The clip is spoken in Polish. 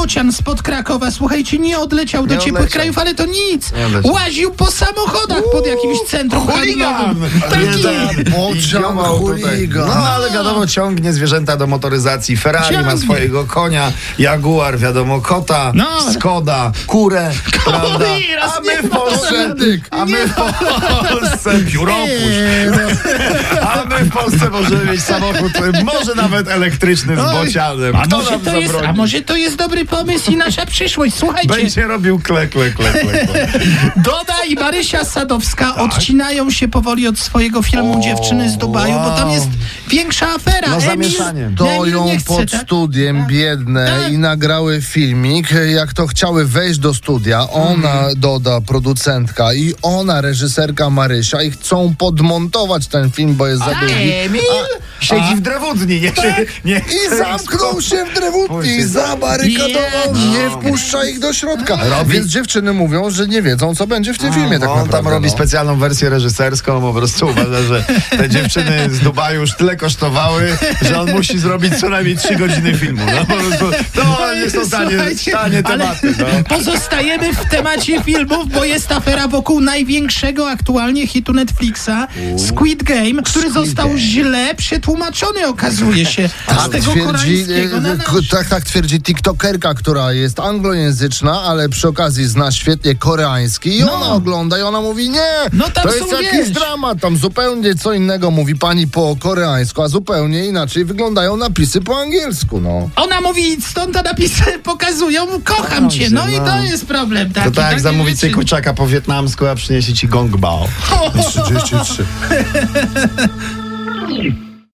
Bocian spod Krakowa, słuchajcie, nie odleciał do ciepłych krajów, ale to nic. Łaził po samochodach pod jakimś centrum handlowym. Bocian, chuligan. No ale wiadomo, ciągnie zwierzęta do motoryzacji. Ferrari ma swojego konia, Jaguar, wiadomo, kota, Skoda, kurę, prawda? A my w Polsce biuropusz. A my w Polsce możemy mieć samochód, może nawet elektryczny z bocianem. A może to jest dobry pomysł i nasza przyszłość. Słuchajcie. Będzie robił kle. Doda i Marysia Sadowska odcinają się powoli od swojego filmu Dziewczyny z Dubaju, bo tam jest większa afera. No zamieszanie. Stoją pod studiem biedne i nagrały filmik, jak to chciały wejść do studia. Ona, Doda, producentka, i ona, reżyserka Marysia, i chcą podmontować ten film, bo jest za długi. Siedzi w drewutni. I zamknął się w drewutni i zabarykadował, nie wpuszcza ich do środka. Więc dziewczyny mówią, że nie wiedzą, co będzie w tym filmie tak naprawdę. On tam robi specjalną wersję reżyserską, po prostu uważa, że te dziewczyny z Dubaju już tyle kosztowały, że on musi zrobić co najmniej 3 godziny filmu. No, po prostu, to nie są tanie tematy. No. Pozostajemy w temacie filmów, bo jest afera wokół największego aktualnie hitu Netflixa, Squid Game, który został źle przetłumaczony, okazuje się, z tego koreańskiego na nasz. Tak twierdzi tiktokerka, która jest anglojęzyczna, ale przy okazji zna świetnie koreański i ona ogląda i ona mówi, to jest jakiś dramat, tam zupełnie co innego mówi pani po koreańsku, a zupełnie inaczej wyglądają napisy po angielsku, Ona mówi, stąd te napisy pokazują, kocham cię, i to jest problem. To tak jak zamówić sobie kurczaka po wietnamsku, a przyniesie ci gong bao. 33.